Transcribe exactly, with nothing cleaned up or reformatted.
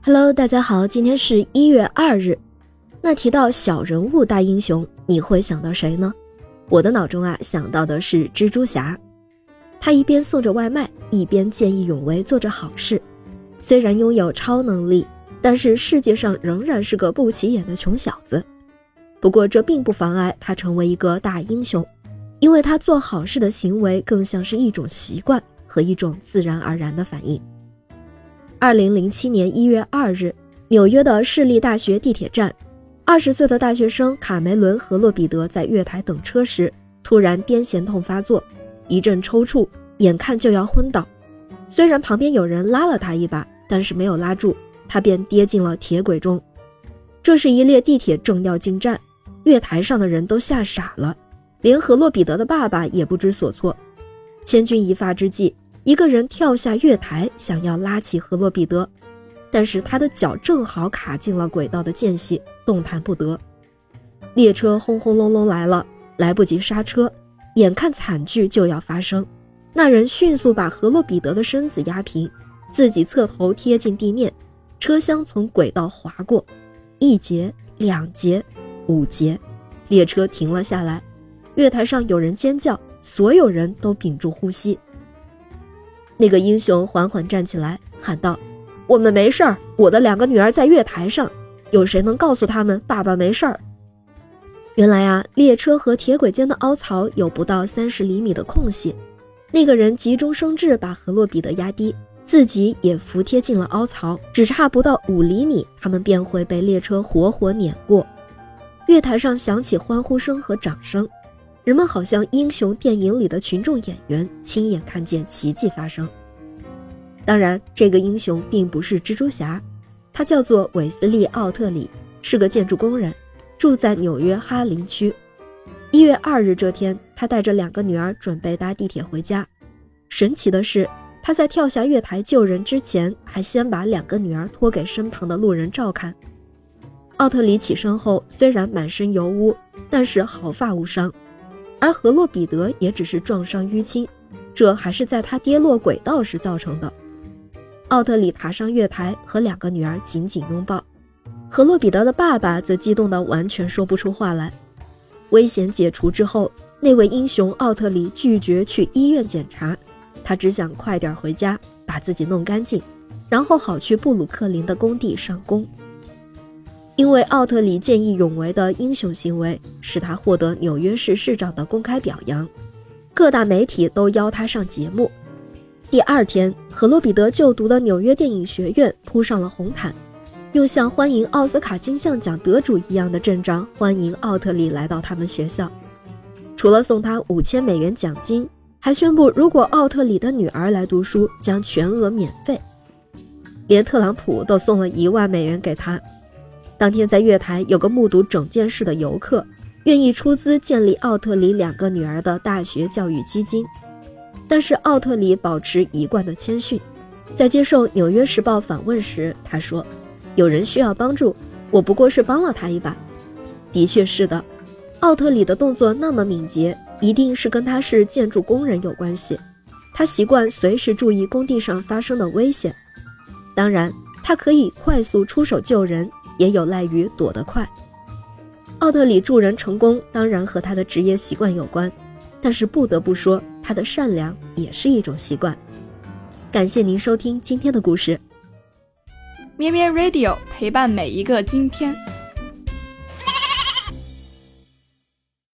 Hello， 大家好，今天是一月二日。那提到小人物大英雄，你会想到谁呢？我的脑中啊想到的是蜘蛛侠。他一边送着外卖，一边见义勇为做着好事。虽然拥有超能力，但是世界上仍然是个不起眼的穷小子。不过这并不妨碍他成为一个大英雄，因为他做好事的行为更像是一种习惯和一种自然而然的反应。二零零七年一月二日，纽约的市立大学地铁站，二十岁的大学生卡梅伦·荷洛彼得在月台等车时，突然癫痫痛发作，一阵抽搐，眼看就要昏倒。虽然旁边有人拉了他一把，但是没有拉住，他便跌进了铁轨中。这是一列地铁正要进站，月台上的人都吓傻了，连荷洛彼得的爸爸也不知所措。千钧一发之际，一个人跳下月台，想要拉起荷洛彼得，但是他的脚正好卡进了轨道的间隙，动弹不得。列车轰轰隆隆来了，来不及刹车，眼看惨剧就要发生，那人迅速把荷洛彼得的身子压平，自己侧头贴近地面，车厢从轨道划过，一节、两节、五节，列车停了下来。月台上有人尖叫，所有人都屏住呼吸。那个英雄缓缓站起来，喊道：我们没事儿，我的两个女儿在月台上，有谁能告诉他们爸爸没事儿？原来啊，列车和铁轨间的凹槽有不到三十厘米的空隙，那个人急中生智，把荷洛彼得压低，自己也服贴进了凹槽，只差不到五厘米，他们便会被列车活活碾过。月台上响起欢呼声和掌声，人们好像英雄电影里的群众演员，亲眼看见奇迹发生。当然，这个英雄并不是蜘蛛侠，他叫做韦斯利·奥特里，是个建筑工人，住在纽约哈林区。一月二日这天，他带着两个女儿准备搭地铁回家。神奇的是，他在跳下月台救人之前，还先把两个女儿托给身旁的路人照看。奥特里起身后，虽然满身油污，但是毫发无伤。而荷洛彼得也只是撞伤淤青，这还是在他跌落轨道时造成的。奥特里爬上月台，和两个女儿紧紧拥抱。荷洛彼得的爸爸则激动得完全说不出话来。危险解除之后，那位英雄奥特里拒绝去医院检查，他只想快点回家，把自己弄干净，然后好去布鲁克林的工地上工。因为奥特里见义勇为的英雄行为，使他获得纽约市市长的公开表扬，各大媒体都邀他上节目。第二天，荷洛彼得就读的纽约电影学院铺上了红毯，用像欢迎奥斯卡金像奖得主一样的阵仗欢迎奥特里来到他们学校。除了送他五千美元奖金，还宣布如果奥特里的女儿来读书，将全额免费。连特朗普都送了一万美元给他。当天在月台有个目睹整件事的游客，愿意出资建立奥特里两个女儿的大学教育基金。但是奥特里保持一贯的谦逊，在接受《纽约时报》访问时，他说：有人需要帮助，我不过是帮了他一把。的确是的，奥特里的动作那么敏捷，一定是跟他是建筑工人有关系。他习惯随时注意工地上发生的危险。当然，他可以快速出手救人，也有赖于躲得快。奥特里助人成功当然和他的职业习惯有关，但是不得不说，他的善良也是一种习惯。感谢您收听今天的故事。 咩咩 Radio 陪伴每一个今天。